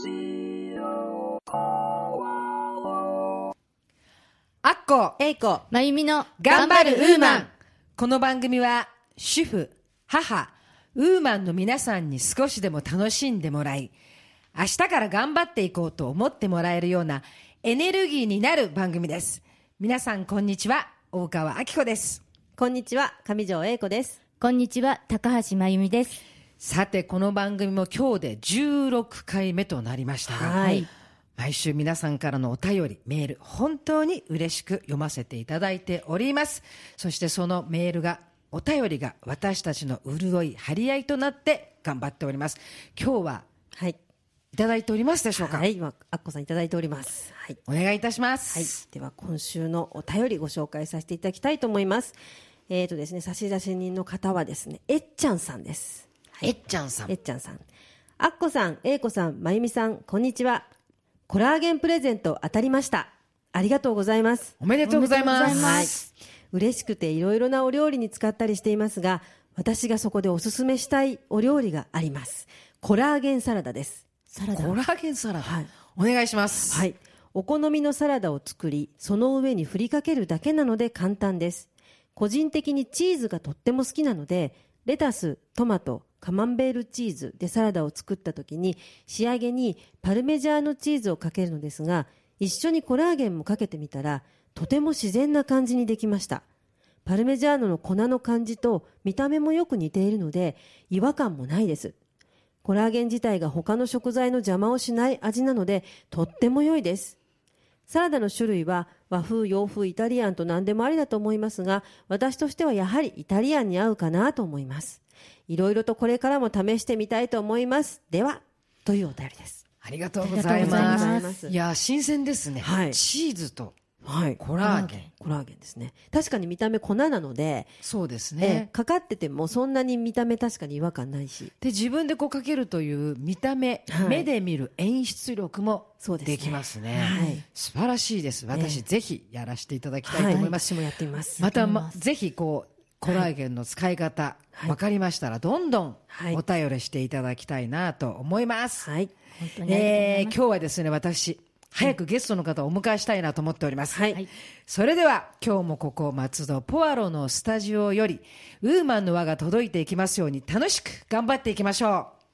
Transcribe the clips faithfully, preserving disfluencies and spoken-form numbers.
アッコ、 エイコ、 まゆみの頑張るウーマン。この番組は主婦、母、ウーマンの皆さんに少しでも楽しんでもらい、明日から頑張っていこうと思ってもらえるようなエネルギーになる番組です。皆さんこんにちは、大川明子です。 こんにちは、上条英子です。 こんにちは、高橋まゆみです。 さて、この番組も今日でじゅうろっかいめとなりましたが、 はい、 毎週皆さんからのお便り、メール、本当に嬉しく読ませていただいております。そしてそのメールが、お便りが私たちの潤い、張り合いとなって頑張っております。今日は、 はい、 いただいておりますでしょうか。 はい、今、アッコさんいただいております。はい、 お願いいたします。 はい、では今週のお便りご紹介させていただきたいと思います。えーとですね、差出人の方はですね、えっちゃんさんです。 はい、えっちゃんさん。 えっちゃんさん。アッコさん、英子さん、まゆみさん、こんにちは。コラーゲンプレゼント当たりました。ありがとうございます。 おめでとうございます。 はい、嬉しくていろいろなお料理に使ったりしていますが、私がそこでおすすめしたいお料理があります。コラーゲンサラダです。 サラダ。コラーゲンサラダ。 はい、 お願いします。 はい。お好みのサラダを作り、その上に振りかけるだけなので簡単です。個人的にチーズがとっても好きなので、レタス、トマト、カマンベールチーズでサラダを作った時に仕上げにパルメジャーノチーズをかけるのですが、一緒にコラーゲンもかけてみたらとても自然な感じにできました。パルメジャーノの粉の感じと見た目もよく似ているので違和感もないです。コラーゲン自体が他の食材の邪魔をしない味なのでとっても良いです。サラダの種類は和風、洋風、イタリアンと何でもありだと思いますが、私としてはやはりイタリアンに合うかなと思います。いろいろとこれからも試してみたいと思います。では、というお便りです。 ありがとうございます。 ます。 いや、新鮮ですね。 はい、 チーズとはい、 コラーゲン。 コラーゲンですね。確かに見た目粉なので、 そうですね。 かかっててもそんなに見た目確かに違和感ないし。 で、自分でこうかけるという見た目、はい、目で見る演出力もできますね。はい、素晴らしいです。私、えー、ぜひやらせていただきたいと思います。 はい、私もやってみます。 また、ま、ぜひこう、コラーゲンの使い方、はい、分かりましたらどんどんお便りしていただきたいなと思います。 はい、 えー、今日はですね、私早くゲストの方をお迎えしたいなと思っております。 はい、 それでは今日もここ松戸ポアロのスタジオよりウーマンの輪が届いていきますように楽しく頑張っていきましょう。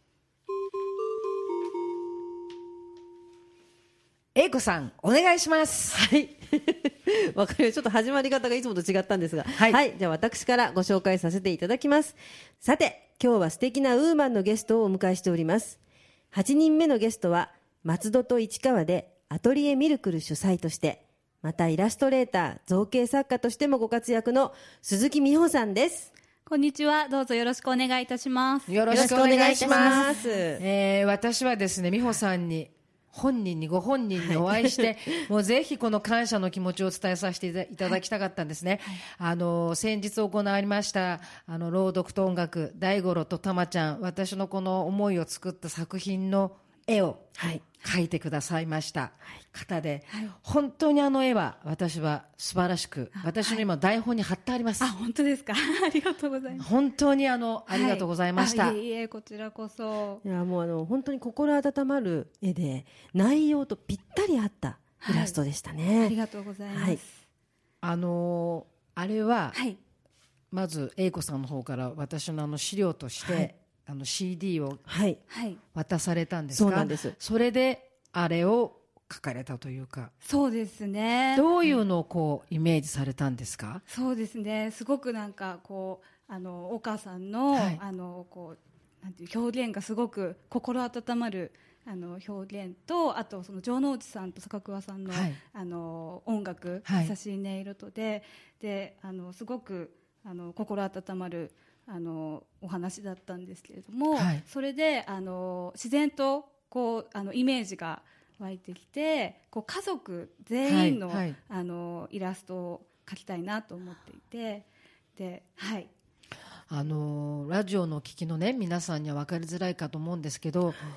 英子さんお願いします。 はいわかります。ちょっと始まり方がいつもと違ったんですが、はい、はい、じゃあ私からご紹介させていただきます。さて、今日は素敵なウーマンのゲストをお迎えしております。はちにんめのゲストは松戸と市川でアトリエミルクル主催として、またイラストレーター、造形作家としてもご活躍の鈴木美穂さんです。 こんにちは。どうぞよろしくお願いいたします。 よろしくお願いします。 えー、私はですね、美穂さんに本人にご本人にお会いして、はい、もうぜひこの感謝の気持ちを伝えさせていただきたかったんですね。はい、あの先日行われましたあの朗読と音楽大五郎とたまちゃん、私のこの思いを作った作品の絵を描いてくださいました方で、はいはい、本当にあの絵は私は素晴らしく、私の今台本に貼ってあります。 あ、本当ですか。ありがとうございます。 本当にあのありがとうございました。 はい、いえいえ、こちらこそ。 いや、もうあの本当に心温まる絵で内容とぴったり合ったイラストでしたね。 はい、ありがとうございます。はい、 あのあれは、 はい、 まず英子さんの方から私のあの資料として、はい、あの シーディー を渡されたんですか。 そうなんです。 それであれを書かれたというか。 そうですね。 どういうのをこうイメージされたんですか。 そうですね、すごくなんかこうあのお母さんの、はい、あのこうなんていう表現がすごく心温まるあの表現と、あとその城之内さんと坂桑さんの、はい、あの音楽、はい、優しい音色とで、であのすごくあの心温まるあのお話だったんですけれども、はい、それであの自然とこうあのイメージが湧いてきて、こう家族全員の、はいはい、あのイラストを描きたいなと思っていて、で、はい、 あのラジオの聞きのね皆さんには分かりづらいかと思うんですけど、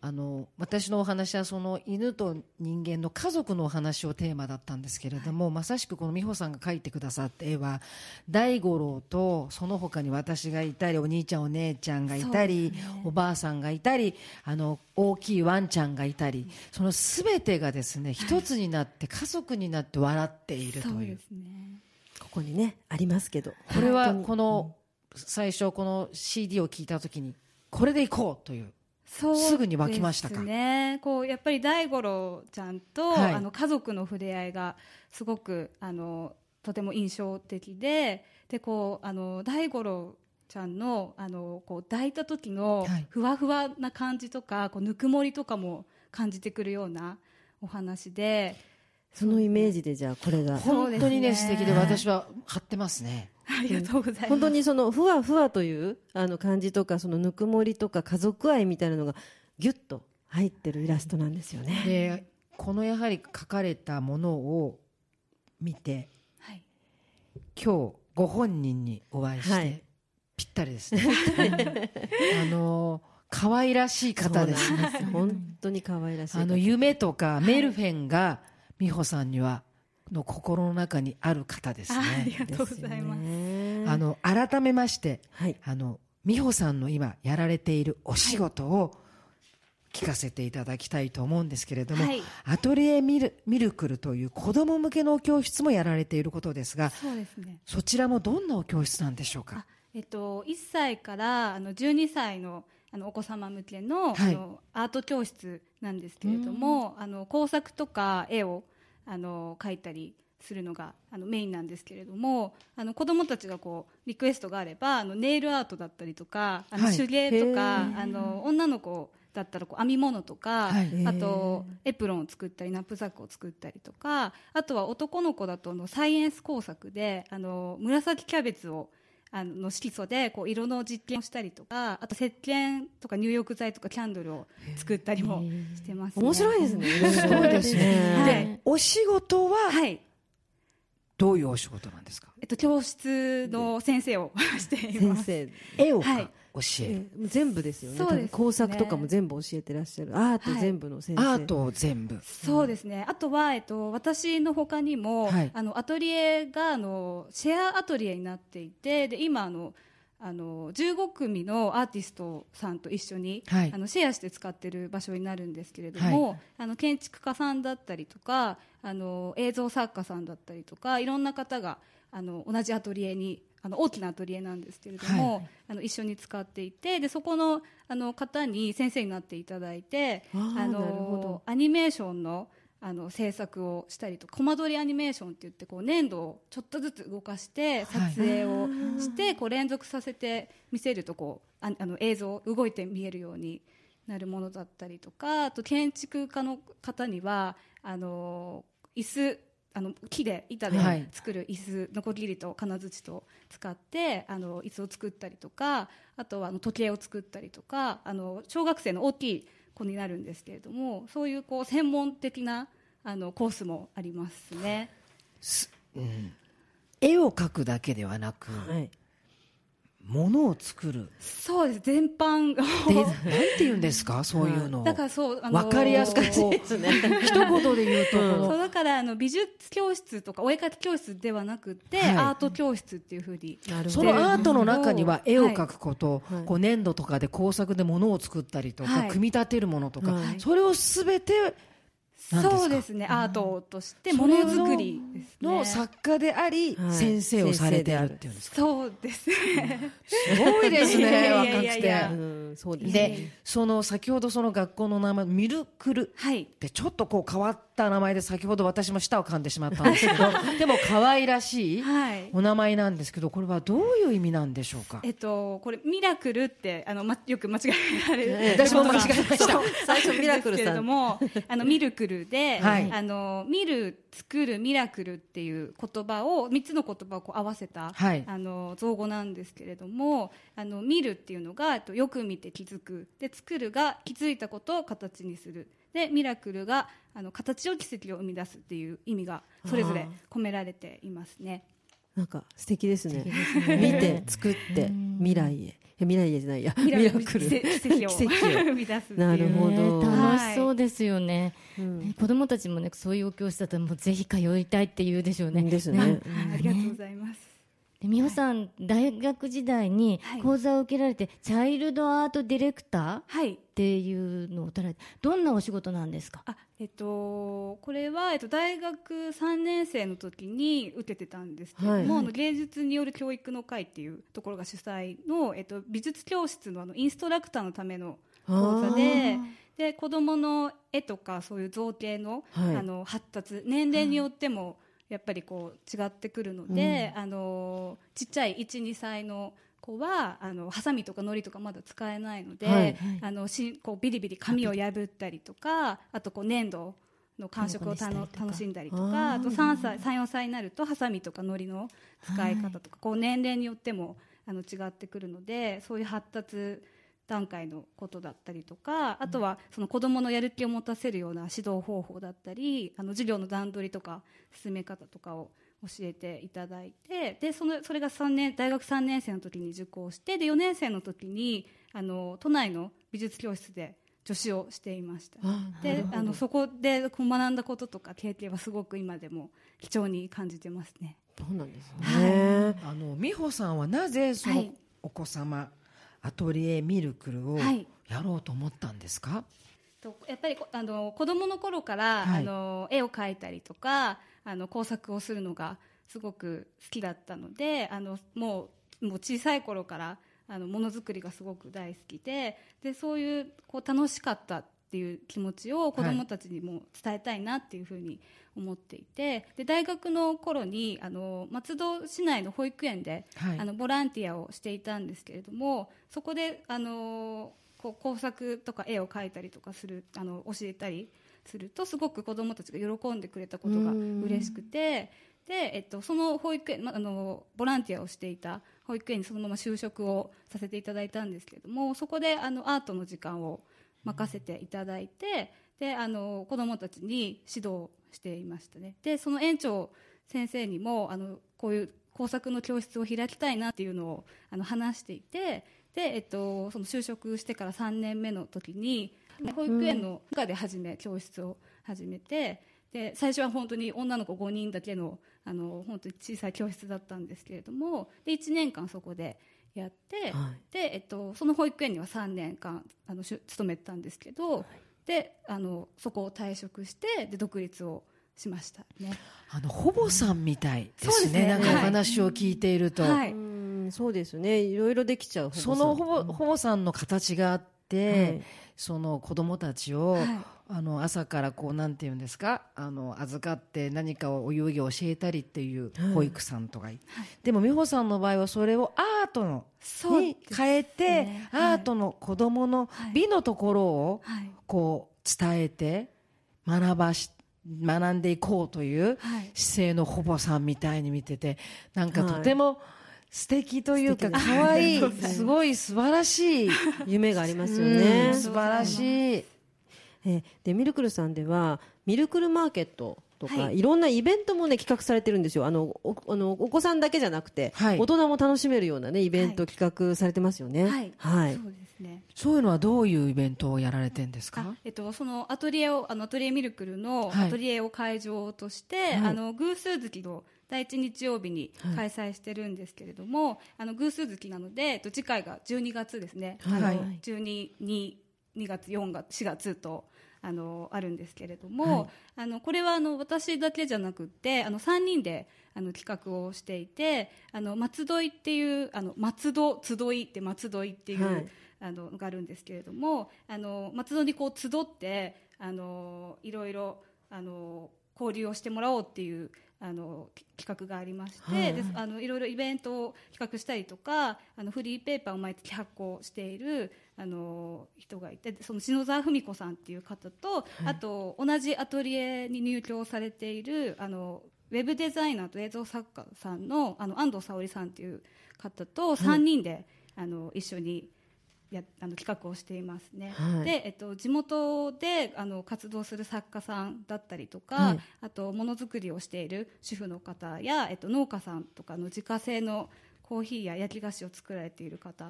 あの私のお話はその犬と人間の家族のお話をテーマだったんですけれども、はい、まさしくこの美穂さんが描いてくださった絵は大五郎とその他に私がいたりお兄ちゃんお姉ちゃんがいたり、ね、おばあさんがいたりあの大きいワンちゃんがいたり、その全てがですね一つになって家族になって笑っているという、そうですね、 ここにねありますけど、 これはこの最初この シーディー を聞いた時にこれでいこうというそうすぐに湧きましたか。 ですね、こうやっぱり大五郎ちゃんと、はい、あの家族の触れ合いがすごくあのとても印象的で、でこうあの大五郎ちゃんのあのこう抱いた時のふわふわな感じとか、はい、こうぬくもりとかも感じてくるようなお話で、 そのイメージでじゃあこれが本当にね素敵で私は貼ってますね。 ありがとうございます。 本当にそのふわふわというあの感じとか、そのぬくもりとか家族愛みたいなのがギュッと入ってるイラストなんですよね。 でこのやはり描かれたものを見て、はい、今日ご本人にお会いして、はい、ぴったりですねあの可愛らしい方ですね。 本当に可愛らしい方。 あの夢とかメルフェンが美穂さんにはの心の中にある方ですね。 ありがとうございます。 あの改めまして、 はい、 あの美穂さんの今やられているお仕事を聞かせていただきたいと思うんですけれども、はい、アトリエミル、ミルクルという子ども向けの教室もやられていることですが、 そうですね、 そちらもどんなお教室なんでしょうか。 あ、えっと、いっさいからあのじゅうにさいのあのお子様向け の,、はい、あのアート教室なんですけれども、あの工作とか絵をあの描いたりするのがあのメインなんですけれども、あの子どもたちがこうリクエストがあればあのネイルアートだったりとか、あの手芸とか、あの女の子だったらこう編み物とか、はい、あとエプロンを作ったりナップザックを作ったりとか、あとは男の子だとのサイエンス工作であの紫キャベツをあの色素でこう色の実験をしたりとか、あと石鹸とか入浴剤とかキャンドルを作ったりもしてますね。 面白いですね。 そうですね、はい、でお仕事は、 はい、 どういうお仕事なんですか。 えっと、教室の先生をしています。 先生、絵を、はい、教える、 全部ですよね。 そうですね、 工作とかも全部教えてらっしゃる、アート全部の先生、 はい、アートを全部。 そうですね、あとは、えっと、私の他にも、はい、あのアトリエがあのシェアアトリエになっていて、で今あのあのじゅうごくみのアーティストさんと一緒に、はい、あのシェアして使っている場所になるんですけれども、はい、あの建築家さんだったりとか、あの映像作家さんだったりとか、いろんな方があの同じアトリエに、あの大きなアトリエなんですけれども、はい、あの一緒に使っていて、でそこの、あの方に先生になっていただいて、ああのアニメーションのあの制作をしたりとか、コマ撮りアニメーションって言ってこう粘土をちょっとずつ動かして撮影をして、はい、こう連続させて見せるとこう あ, あの映像動いて見えるようになるものだったりとか、あと建築家の方にはあの椅子、あの木で板で作る椅子、はい、ノコギリと金槌と使ってあの椅子を作ったりとか、あとはあの時計を作ったりとか、あの小学生の大きい子になるんですけれども、そういうこう専門的なあのコースもありますね。 す、うん、絵を描くだけではなく、はい、物を作る、 そうです、全般でなんて言うんですか、そういうの、 だからそう、あの分かりやすくですね一言で言うと、 うん、そうだからあの美術教室とかお絵描き教室ではなくて、はい、アート教室っていうふうに、 そのアートの中には絵を描くこと、はい、こう粘土とかで工作で物を作ったりとか、はい、組み立てるものとか、はい、それをすべてそうですね、アートとしてものづくりですねの作家であり、はい、先生をされてあるっていうんですか。 そうですね、 すごいですね若くて。 うん、そうですね。 でその先ほどその学校の名前ミルクルってちょっとこう変わった名前で、先ほど私も舌を噛んでしまったんですけどでも可愛らしいお名前なんですけど、これはどういう意味なんでしょうか。 えっと、これミラクルってあの、ま、よく間違えられる、 えー、私も間違えました最初ミラクルさんあのミルクルで、はい、あの見る作るミラクルっていう言葉をみっつの言葉をこう合わせた、はい、あの造語なんですけれども、あの見るっていうのがよく見て気づくで、作るが気づいたことを形にするで、ミラクルがあの形を奇跡を生み出すっていう意味がそれぞれ込められていますね。 なんか素敵ですね。見て作って未来へ。 未来じゃないやミラミラクル奇跡を奇跡を生み出すっていうなるほど、 ね楽しそうですよね、 はいうんね子供たちもねそういうお教室だったらもうぜひ通いたいって言うでしょうね。 ですねはいありがとうございます。 で美穂さん、大学時代に講座を受けられて、チャイルドアートディレクターはいっていうのを取られてどんなお仕事なんですか？ あえっと、これは、えっと、大学さんねん生の時に受けてたんですけれども、 はいあの芸術による教育の会っていうところが主催の、えっと、美術教室の、あのインストラクターのための講座でで子どもの絵とかそういう造形の、 はい、 あの発達年齢によってもやっぱりこう違ってくるので、うん、あのちっちゃいいち、にさいの子はあのハサミとかノリとかまだ使えないので、はい、あのしこうビリビリ紙を破ったりとかあとこう粘土の感触をたの楽しんだりとかあとさんさい、さん、よんさいになるとハサミとかノリの使い方とか、はい、こう年齢によってもあの違ってくるのでそういう発達段階のことだったりとかあとはその子どものやる気を持たせるような指導方法だったりあの授業の段取りとか進め方とかを教えていただいてで そ, のそれがさんねん大学さんねん生の時に受講してでよねん生の時にあの都内の美術教室で助手をしていました。であのそこで学んだこととか経験はすごく今でも貴重に感じてますね。 そうなんですね、 はい、あの美穂さんはなぜそのお子様、はいアトリエミルクルをやろうと思ったんですか？はい、 やっぱりあの子供の頃から、はい、あの絵を描いたりとかあの工作をするのがすごく好きだったのであのもう、もう小さい頃からあのものづくりがすごく大好き で, でそういうこう楽しかったっていう気持ちを子供たちにも伝えたいなっていうふうに思っていてで大学の頃にあの松戸市内の保育園で、はい、あのボランティアをしていたんですけれどもそこであのこう工作とか絵を描いたりとかするあの教えたりするとすごく子どもたちが喜んでくれたことが嬉しくてで、えっと、その保育園、ま、あのボランティアをしていた保育園にそのまま就職をさせていただいたんですけれどもそこであのアートの時間を任せていただいてであの子どもたちに指導していましたね。でその園長先生にもあのこういう工作の教室を開きたいなっていうのをあの話していてで、えっと、その就職してからさんねんめの時に保育園の中で始め教室を始めてで最初は本当に女の子ごにんだけ の, あの本当に小さい教室だったんですけれどもでいちねんかんそこでやって、はいでえっと、その保育園にはさんねんかんあの勤めてたんですけど、はい、であのそこを退職してで独立をしましたね。 あのほぼさんみたいですね、うん、なんかお話を聞いていると、はいはい、 うんそうですねいろいろできちゃうほぼさんそのほぼ、うん、ほぼさんの形があって、はい、その子供たちを、はいあの朝からこうなんていうんですかあの預かって何かをお遊戯を教えたりっていう保育さんとか、はい、でも美穂さんの場合はそれをアートのに変えて、ねはい、アートの子どもの美のところをこう伝えて学ばし学んでいこうという姿勢のほぼさんみたいに見ててなんかとても素敵というか可愛いすごい素晴らしい夢がありますよね、 うん、素晴らしい。 えー、でミルクルさんではミルクルマーケットとか、はい、いろんなイベントも、ね、企画されてるんですよ。あの お, あのお子さんだけじゃなくて、はい、大人も楽しめるような、ね、イベント企画されてますよね。 はいはい、そうですね。 そういうのはどういうイベントをやられてるんですか？ えっと、そのアトリエをあのアトリエミルクルのアトリエを会場として、はい、あの偶数月のだいいち日曜日に開催してるんですけれども、はい、あの偶数月なので、えっと、次回がじゅうにがつですね、はい、あのじゅうに、にがつ、よんがつ、しがつとあのあるんですけれども、はい、あのこれはあの私だけじゃなくてあのさんにんであの企画をしていてあの松戸井っていうあの松戸集いって松戸井っていう、はい、あのがあるんですけれどもあの松戸にこう集ってあのいろいろあの交流をしてもらおうっていうあの企画がありまして、はい、であのいろいろイベントを企画したりとかあのフリーペーパーを毎月発行しているあの人がいてその篠沢文子さんっていう方と、はい、あと同じアトリエに入居されているあのウェブデザイナーと映像作家さん の, あの安藤沙織さんっていう方とさんにんで、はい、あの一緒にやあの企画をしていますね。はい、で、えっと、地元であの活動する作家さんだったりとか、はい、あとものづくりをしている主婦の方や、えっと、農家さんとかの自家製のコーヒーや焼き菓子を作られている方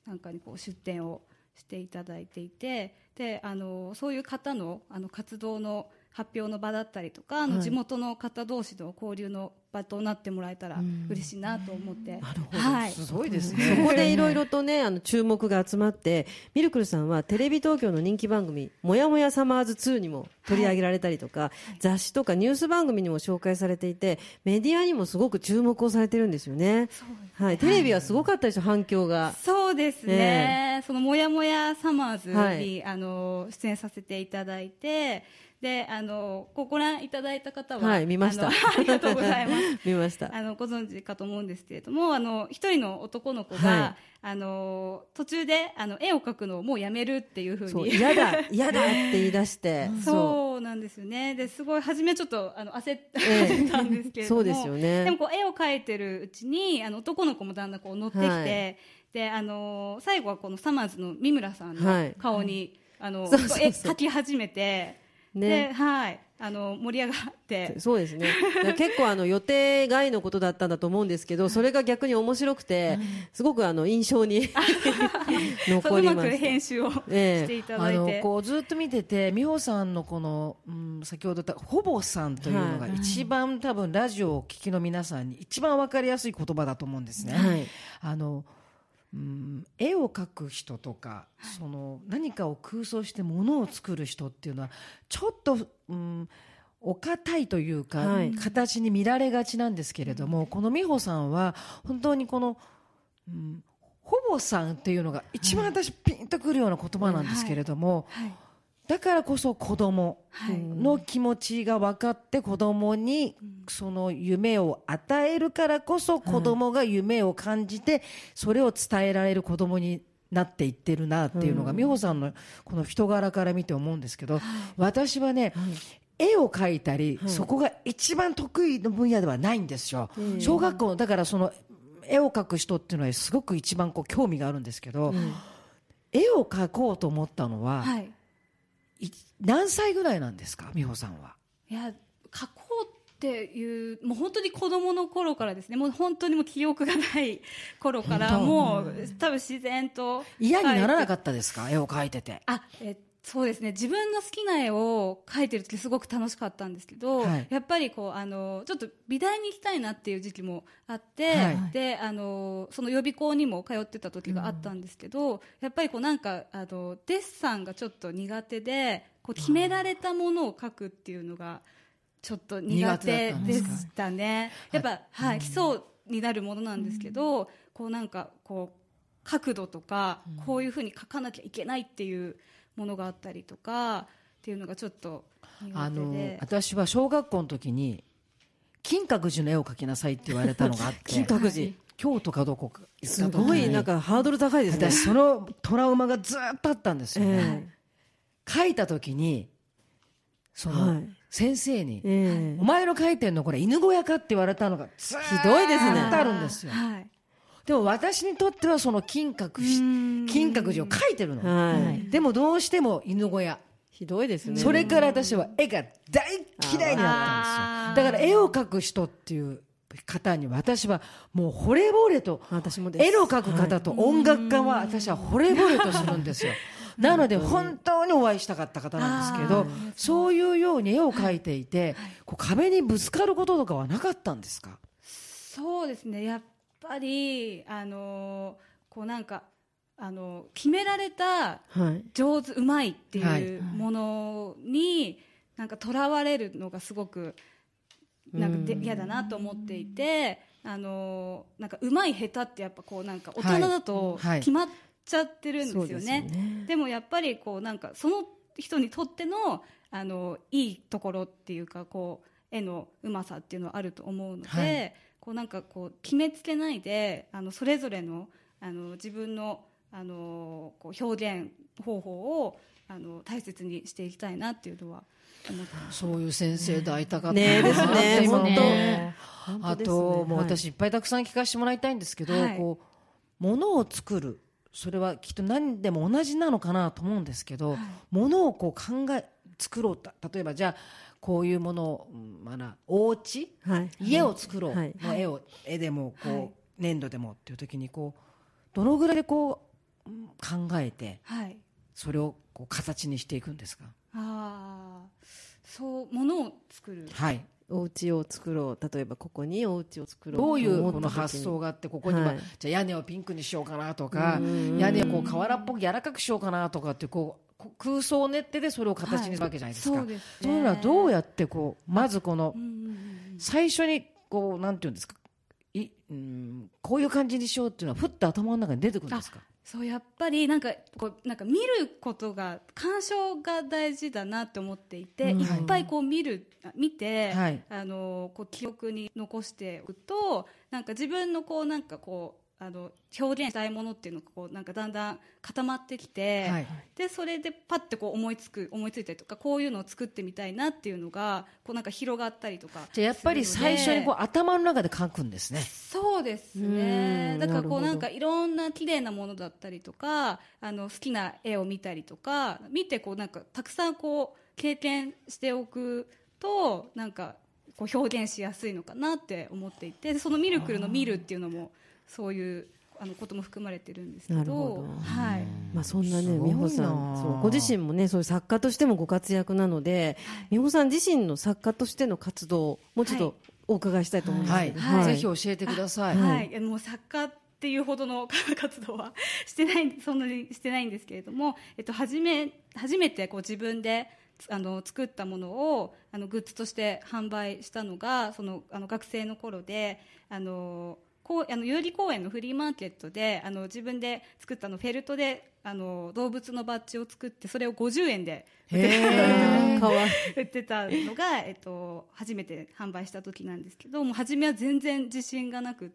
なんかにこう出展をしていただいていて、であのそういう方のあの活動の発表の場だったりとか、あの地元の方同士の交流の場となってもらえたら嬉しいなと思って、 なるほど、 はい、 すごいですね。 そこでいろいろとねあの注目が集まって、ミルクルさんはテレビ東京の人気番組もやもやサマーズツーにも取り上げられたりとか、はい、雑誌とかニュース番組にも紹介されていて、メディアにもすごく注目をされてるんですよね。 そうですね、 はい、テレビはすごかったでしょ、反響が。 そうですね、 えー、 そのもやもやサマーズに、 はい、 あの出演させていただいて、であのご覧いただいた方は、 はい、見ました。 あありがとうございます見ました。 あのご存知かと思うんですけれども、あの一人の男の子が、はい、あの途中であの絵を描くのをもうやめるっていうふうに、 嫌だ嫌だって言い出してそうなんですよね。ですごい初めちょっとあの焦ったんですけれども、 そうですよね。 でもこう絵を描いてるうちにあの男の子もだんだんこう乗ってきて、はい、であの最後はこのサマーズの三村さんの顔に、はい、あのそうそうそう絵描き始めて、ね、ではい、あの盛り上がって、 そうですね。結構あの予定外のことだったんだと思うんですけど、それが逆に面白くて、すごくあの印象に残ります。うまく編集をしていただいて、 ええ、あのこうずっと見てて、美穂さんのこの、うん、先ほど言ったほぼさんというのが一番、はい、多分ラジオをお聞きの皆さんに一番わかりやすい言葉だと思うんですね。はい、あのうん、絵を描く人とか、はい、その何かを空想してものを作る人っていうのはちょっと、うん、お堅いというか、はい、形に見られがちなんですけれども、うん、この美穂さんは本当にこの、うん、ほぼさんっていうのが一番私ピンとくるような言葉なんですけれども、はいはい、だからこそ子供の気持ちが分かって子供にその夢を与えるからこそ子供が夢を感じてそれを伝えられる子供になっていってるなっていうのが美穂さんのこの人柄から見て思うんですけど、私はね、絵を描いたりそこが一番得意の分野ではないんですよ。小学校だからその絵を描く人っていうのはすごく一番こう興味があるんですけど、絵を描こうと思ったのは、はい、何歳ぐらいなんですか、美穂さんは。 いや、描こうっていうもう本当に子供の頃からですね。もう本当にもう記憶がない頃からもう多分自然と嫌にならなかったですか、絵を描いてて。 あ、えそうですね、自分の好きな絵を描いてる時すごく楽しかったんですけど、はい、やっぱりこうあのちょっと美大に行きたいなっていう時期もあって、はい、であのその予備校にも通ってた時があったんですけど、うん、やっぱりこうなんかあのデッサンがちょっと苦手で、こう決められたものを描くっていうのがちょっと苦手でしたね。やっぱ、はい、基礎になるものなんですけど、うん、こうなんかこう角度とか、うん、こういう風に描かなきゃいけないっていうものがあったりとかっていうのがちょっと苦手で、 あの私は小学校の時に金閣寺の絵を描きなさいって言われたのがあって金閣寺、 京都かどこかすごいなんかハードル高いですね。 私そのトラウマがずっとあったんですよね、えー、描いた時にその、はい、先生に、えー、お前の描いてんのこれ犬小屋かって言われたのがずっとひどいですね。 あるんですよ、はい、でも私にとってはその金閣金閣寺を描いてるの、はい、でもどうしても犬小屋ひどいですね。 それから私は絵が大嫌いになったんですよ。だから絵を描く人っていう方に私はもう惚れ惚れと、 私もです。 絵の描く方と音楽家は私は惚れ惚れとするんですよ。なので本当にお会いしたかった方なんですけど、そういうように絵を描いていて、こう壁にぶつかることとかはなかったんですか？ そうですね、やっぱりあのこうなんかあの決められた上手、はい、うまいっていうものになんかとらわれるのがすごくなんかで嫌だなと思っていて、あのなんかうまい下手ってやっぱこうなんか大人だと決まっちゃってるんですよね、はいはい、 で, ねでもやっぱりこうなんかその人にとってのあのいいところっていうかこう絵のうまさっていうのはあると思うので、はい、こうなんかこう決めつけないであのそれぞれのあの自分のあのこう表現方法をあの大切にしていきたいなっていうのは思ってます。 そういう先生で会いたかったねですね。本当。あともう私いっぱいたくさん聞かせてもらいたいんですけど、はい、こう物を作る、それはきっと何でも同じなのかなと思うんですけど、はい、物をこう考え作ろうと、例えばじゃあこういうものを、まあ、お家、はい、家を作ろう、はい、絵を絵でもこう、はい、粘土でもっていう時にこうどのぐらいでこう考えて、はい、それをこう形にしていくんですか？ ああ、そうものを作る、 はい、 お家を作ろう、例えばここにお家を作ろう、 どういうこの発想があって、ここには、はい、じゃあ屋根をピンクにしようかなとか、屋根をこう瓦っぽく柔らかくしようかなとかってこう空想を練ってでそれを形にするわけじゃないですか、はい、そうですね、そういうのはどうやってこうまずこの最初にこうなんていうんですか、い、うん、こういう感じにしようっていうのはふっと頭の中に出てくるんですか？ そう、やっぱりなんかこうなんか見ることが、鑑賞が大事だなと思っていて、うん、いっぱいこう見る見て、はい、あのこう記憶に残しておくと、なんか自分のこうなんかこうあの表現したいものっていうのがこうなんかだんだん固まってきて、はい、でそれでパッてこう思いつく思いついたりとか、こういうのを作ってみたいなっていうのがこうなんか広がったりとか。 じゃあやっぱり最初にこう頭の中で書くんですね。 そうですね。だからこうなんかいろんな綺麗なものだったりとか、あの好きな絵を見たりとか見て、こうなんかたくさんこう経験しておくと、なんかこう表現しやすいのかなって思っていて、そのミルクルの見るっていうのもそういうあのことも含まれてるんですけど、なるほど、はい、 まあ、そんなね美穂さん、そうご自身もねそういう作家としてもご活躍なので、はい、美穂さん自身の作家としての活動をもうちょっとお伺いしたいと思います、はいはいはい、ぜひ教えてください。 はい、もう作家っていうほどの活動はしてないそんなにしてないんですけれども、えっと、初め初めてこう自分であの作ったものをあのグッズとして販売したのがそのあの学生の頃で、あのこうあの代々木公園のフリーマーケットであの自分で作ったのフェルトであの動物のバッジを作って、それをごじゅうえんで売ってたのが、えっと、初めて販売した時なんですけど、もう初めは全然自信がなくって、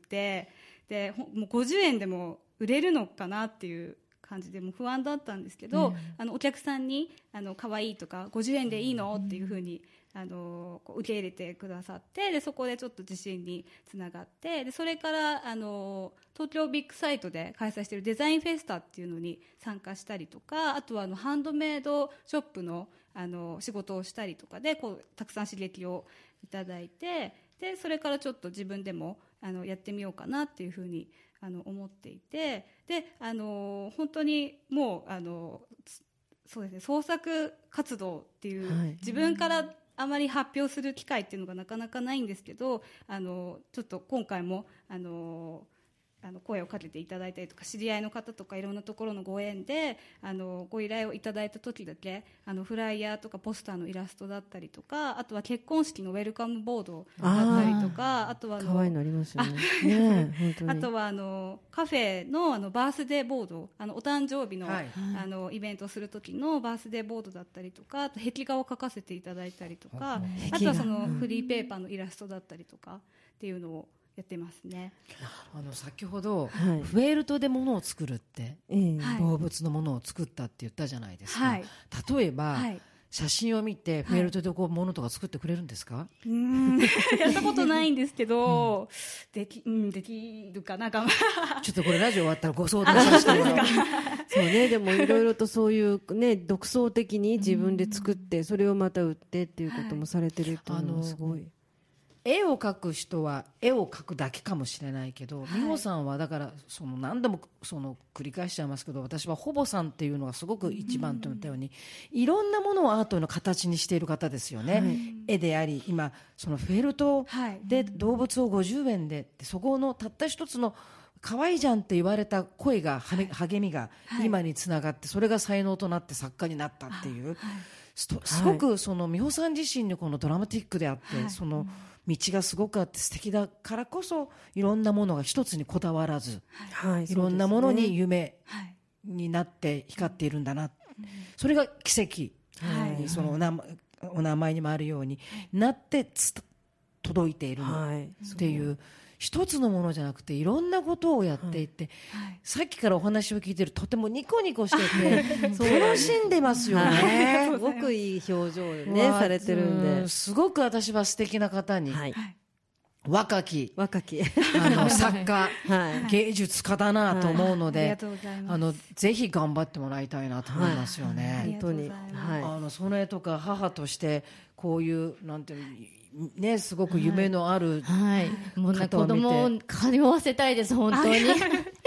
でもうごじゅうえんでも売れるのかなっていう感じでもう不安だったんですけど、うん、あのお客さんにあの可愛いとかごじゅうえんでいいのっていうふうにあのこう受け入れてくださって、でそこでちょっと自信につながって、でそれからあの東京ビッグサイトで開催しているデザインフェスタっていうのに参加したりとか、あとはあのハンドメイドショップ の, あの仕事をしたりとかでこうたくさん刺激をいただいて、でそれからちょっと自分でもあのやってみようかなっていうふうにあの思っていて、であの本当にもうあのそうですね、創作活動っていう、はい、自分からあまり発表する機会っていうのがなかなかないんですけど、あのちょっと今回もあのあの声をかけていただいたりとか、知り合いの方とかいろんなところのご縁であのご依頼をいただいた時だけあのフライヤーとかポスターのイラストだったりとか、あとは結婚式のウェルカムボードだったりとか、あとはあの可愛いのありますよね。ね本当にあとはあのカフェ の, あのバースデーボード、あのお誕生日 の,、はい、あのイベントをする時のバースデーボードだったりとか、あと壁画を描かせていただいたりとか、あとはそのフリーペーパーのイラストだったりとかっていうのをやってますね。 あの先ほど、はい、フェルトで物を作るって、はい、動物のものを作ったって言ったじゃないですか、はい、例えば、はい、写真を見てフェルトでこう物とか作ってくれるんですか？はい、 うーんやったことないんですけど、うん、で, きうん、できるかなちょっとこれラジオ終わったらご相談させてもらうそうね、でもいろいろとそういう、ね、独創的に自分で作ってそれをまた売ってっていうこともされてるっていうのはすごい。 絵を描く人は絵を描くだけかもしれないけど、はい、美穂さんはだからその何度もその繰り返しちゃいますけど、私はほぼさんっていうのがすごく一番と言ったように、うん、いろんなものをアートの形にしている方ですよね、はい、絵であり、今そのフェルトで動物をごじゅうえんで、そこのたった一つの可愛いじゃんって言われた声が、はい、励みが今につながって、それが才能となって作家になったっていう、はい、すごくその美穂さん自身にこのドラマティックであって、はい、その道がすごくあって素敵だからこそ、いろんなものが一つにこだわらず、はい、いろんなものに夢になって光っているんだな、はい、それが奇跡、はい、そのお名前、お名前にもあるようになって届いているっていう、はい、一つのものじゃなくていろんなことをやっていて、はいはい、さっきからお話を聞いてるとてもニコニコしてて楽しんでますよね、 はい、すごくいい表情でねされてるんで、 すごく私は素敵な方に、はい、若き若きあの作家、はい、芸術家だなと思うので、はい、ありがとうございます。あのぜひ頑張ってもらいたいなと思いますよね、はい、 本当に、はい、 あのその絵とか母としてこういうなんていうね、すごく夢のある、 はいはい、もうね、子供を通わせたいです本当に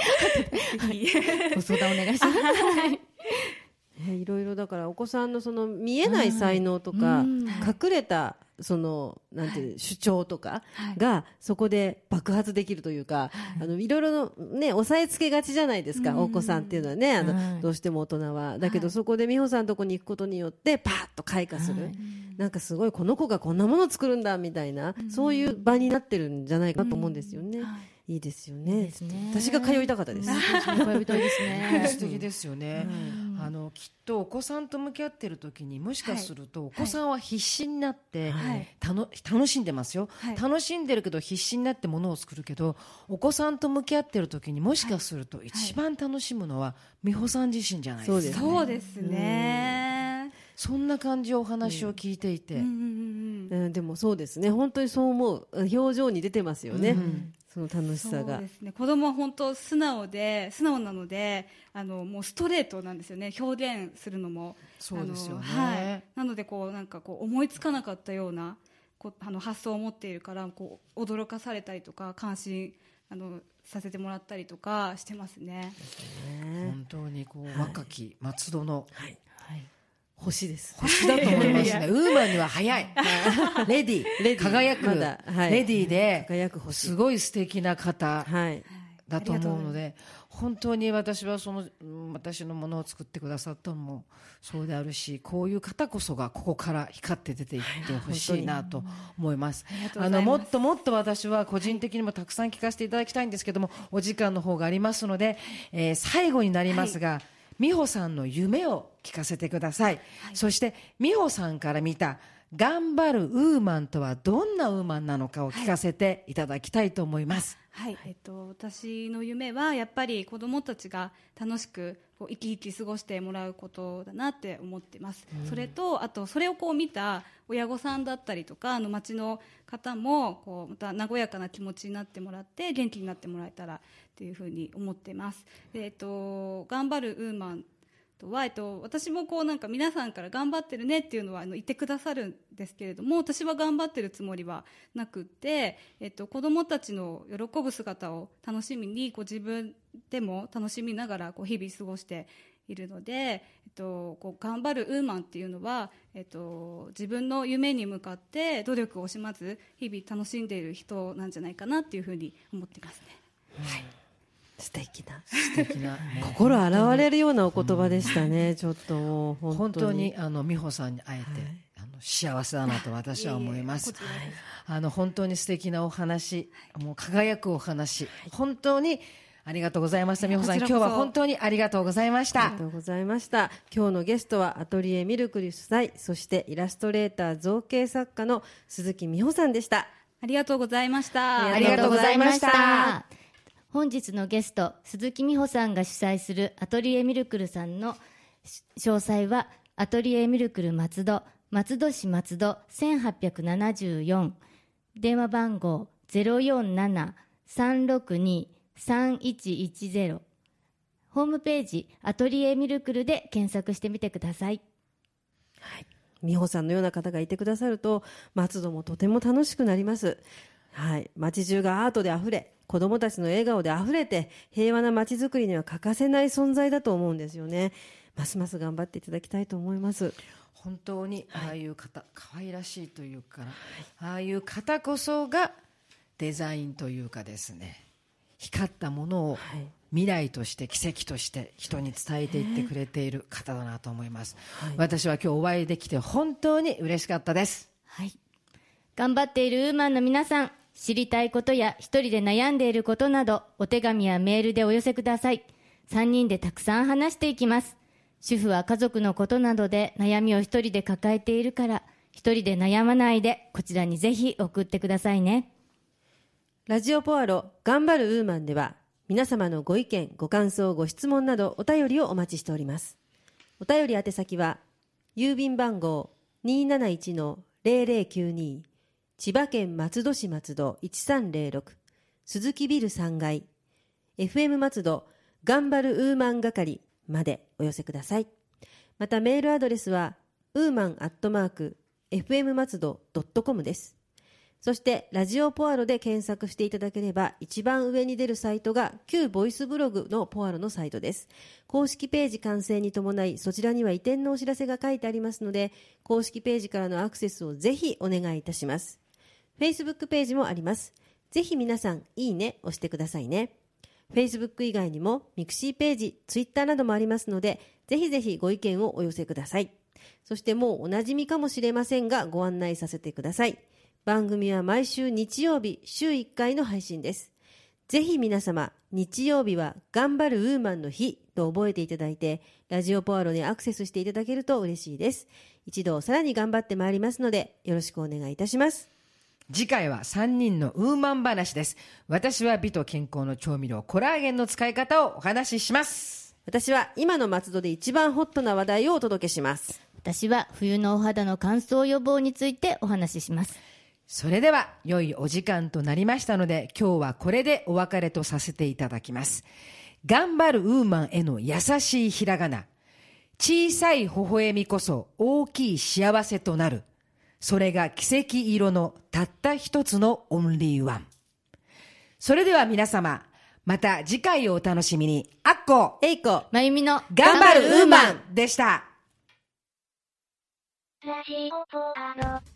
ご相談お願いします。 えいろいろだからお子さんのその見えない才能とか、隠れたそのなんていう主張とかがそこで爆発できるというか、あのいろいろね押さえつけがちじゃないですか、お子さんっていうのはね、あのどうしても大人はだけど、そこで美穂さんのとこに行くことによってパーッと開花する、なんかすごいこの子がこんなものを作るんだみたいな、そういう場になってるんじゃないかなと思うんですよね。いいですよね。私が通いたかったです。 通いたいですね。 素敵ですよね。あのきっとお子さんと向き合っている時にもしかするとお子さんは必死になって、はい、たの楽しんでますよ、はい、楽しんでるけど必死になってものを作るけど、お子さんと向き合っている時にもしかすると一番楽しむのは美穂さん自身じゃないですか。 そうですね。 そんな感じお話を聞いていて、うんうんうん、でもそうですね、本当にそう思う。表情に出てますよね、うん、その楽しさが。 そうですね、子供は本当素直で素直なので、あのもうストレートなんですよね、表現するのも。 そうですよね、 はい、なのでこうなんかこう思いつかなかったようなこうあの発想を持っているから、こう驚かされたりとか感心あのさせてもらったりとかしてますね。 本当にこう、はい、若き松戸の、はいはい、 星です。 星だと思いますね。ウーマンには早い。レディ、レディ輝く、まだはい、レディで、輝く星。すごい素敵な方だと思うので、はい、本当に私はその、私のものを作ってくださったのもそうであるし、こういう方こそがここから光って出ていってほしいなと思います。あの、もっともっと私は個人的にもたくさん聞かせていただきたいんですけども、お時間の方がありますので、えー、最後になりますが、はい、美穂さんの夢を聞かせてください、はい、そして美穂さんから見た頑張るウーマンとはどんなウーマンなのかを聞かせていただきたいと思います。 はい、はい、えっと、私の夢はやっぱり子どもたちが楽しくこう生き生き過ごしてもらうことだなって思ってます、うん、それとあとそれをこう見た親御さんだったりとかあの町の方もこうまた和やかな気持ちになってもらって元気になってもらえたらというふうに思ってます。で、えっと、頑張るウーマンとは、えっと、私もこうなんか皆さんから頑張ってるねっていうのはあの言ってくださるんですけれども、私は頑張ってるつもりはなくって、えっと、子どもたちの喜ぶ姿を楽しみにこう自分でも楽しみながらこう日々過ごしているので、えっと、こう頑張るウーマンっていうのは、えっと、自分の夢に向かって努力を惜しまず日々楽しんでいる人なんじゃないかなっていうふうに思ってますね、 うんはい、素敵な素敵な、 ね、心洗われるようなお言葉でしたね、うん、ちょっともう本当に本当にあの美穂さんに会えて、はい、あの幸せだなと私は思います。はい、あの本当に素敵なお話、もう輝くお話、はい、本当にありがとうございました。美穂さん、今日は本当にありがとうございました。 ありがとうございました。今日のゲストはアトリエミルクリ主催、そしてイラストレーター造形作家の鈴木美穂さんでした。 ありがとうございました。 ありがとうございました。本日のゲスト鈴木美穂さんが主催するアトリエミルクルさんの詳細はアトリエミルクル松戸松戸市松戸せんはっぴゃくななじゅうよん、電話番号 ゼロよんなな さんろくに さんいちいちゼロ、ホームページアトリエミルクルで検索してみてください。 はい、美穂さんのような方がいてくださると松戸もとても楽しくなります。はい、街中がアートであふれ、子どもたちの笑顔であふれて、平和な街づくりには欠かせない存在だと思うんですよね。ますます頑張っていただきたいと思います。 本当にああいう方、はい、可愛らしいというか、はい、ああいう方こそがデザインというかですね、光ったものを未来として奇跡として人に伝えていってくれている方だなと思います、はい、私は今日お会いできて本当に嬉しかったです、 はい、頑張っているウーマンの皆さん、知りたいことや一人で悩んでいることなどお手紙やメールでお寄せください。さんにんでたくさん話していきます。主婦は家族のことなどで悩みを一人で抱えているから、一人で悩まないでこちらにぜひ送ってくださいね。 ラジオポアロ頑張るウーマンでは皆様のご意見ご感想ご質問などお便りをお待ちしております。お便り宛先は郵便番号 にーなないちのゼロゼロきゅうに 千葉県松戸市松戸いちさんゼロろく鈴木ビルさんがい エフエム 松戸頑張るウーマン係までお寄せください。またメールアドレスはウーマンアットマーク エフエム 松戸 ドットコム です。 そしてラジオポアロで検索していただければ一番上に出るサイトが旧ボイスブログのポアロのサイトです。公式ページ完成に伴いそちらには移転のお知らせが書いてありますので、公式ページからのアクセスをぜひお願いいたします。 Facebook ページもあります。ぜひ皆さんいいね押してくださいね。 Facebook 以外にもミクシーページ、Twitter などもありますので、ぜひぜひご意見をお寄せください。そしてもうおなじみかもしれませんが、ご案内させてください。番組は毎週日曜日週いっかいの配信です。ぜひ皆様、日曜日は頑張るウーマンの日と覚えていただいて、ラジオポアロにアクセスしていただけると嬉しいです。一度さらに頑張ってまいりますので、よろしくお願いいたします。 次回はさんにんのウーマン話です。私は美と健康の調味料コラーゲンの使い方をお話しします。 私は今の松戸で一番ホットな話題をお届けします。 私は冬のお肌の乾燥予防についてお話しします。 それでは良いお時間となりましたので、今日はこれでお別れとさせていただきます。頑張るウーマンへの優しいひらがな。小さい微笑みこそ大きい幸せとなる。それが奇跡色のたった一つのオンリーワン。それでは皆様、また次回をお楽しみに。あっこ、 えいこ、 まゆみの頑張るウーマンでした。 ラジオポアロ。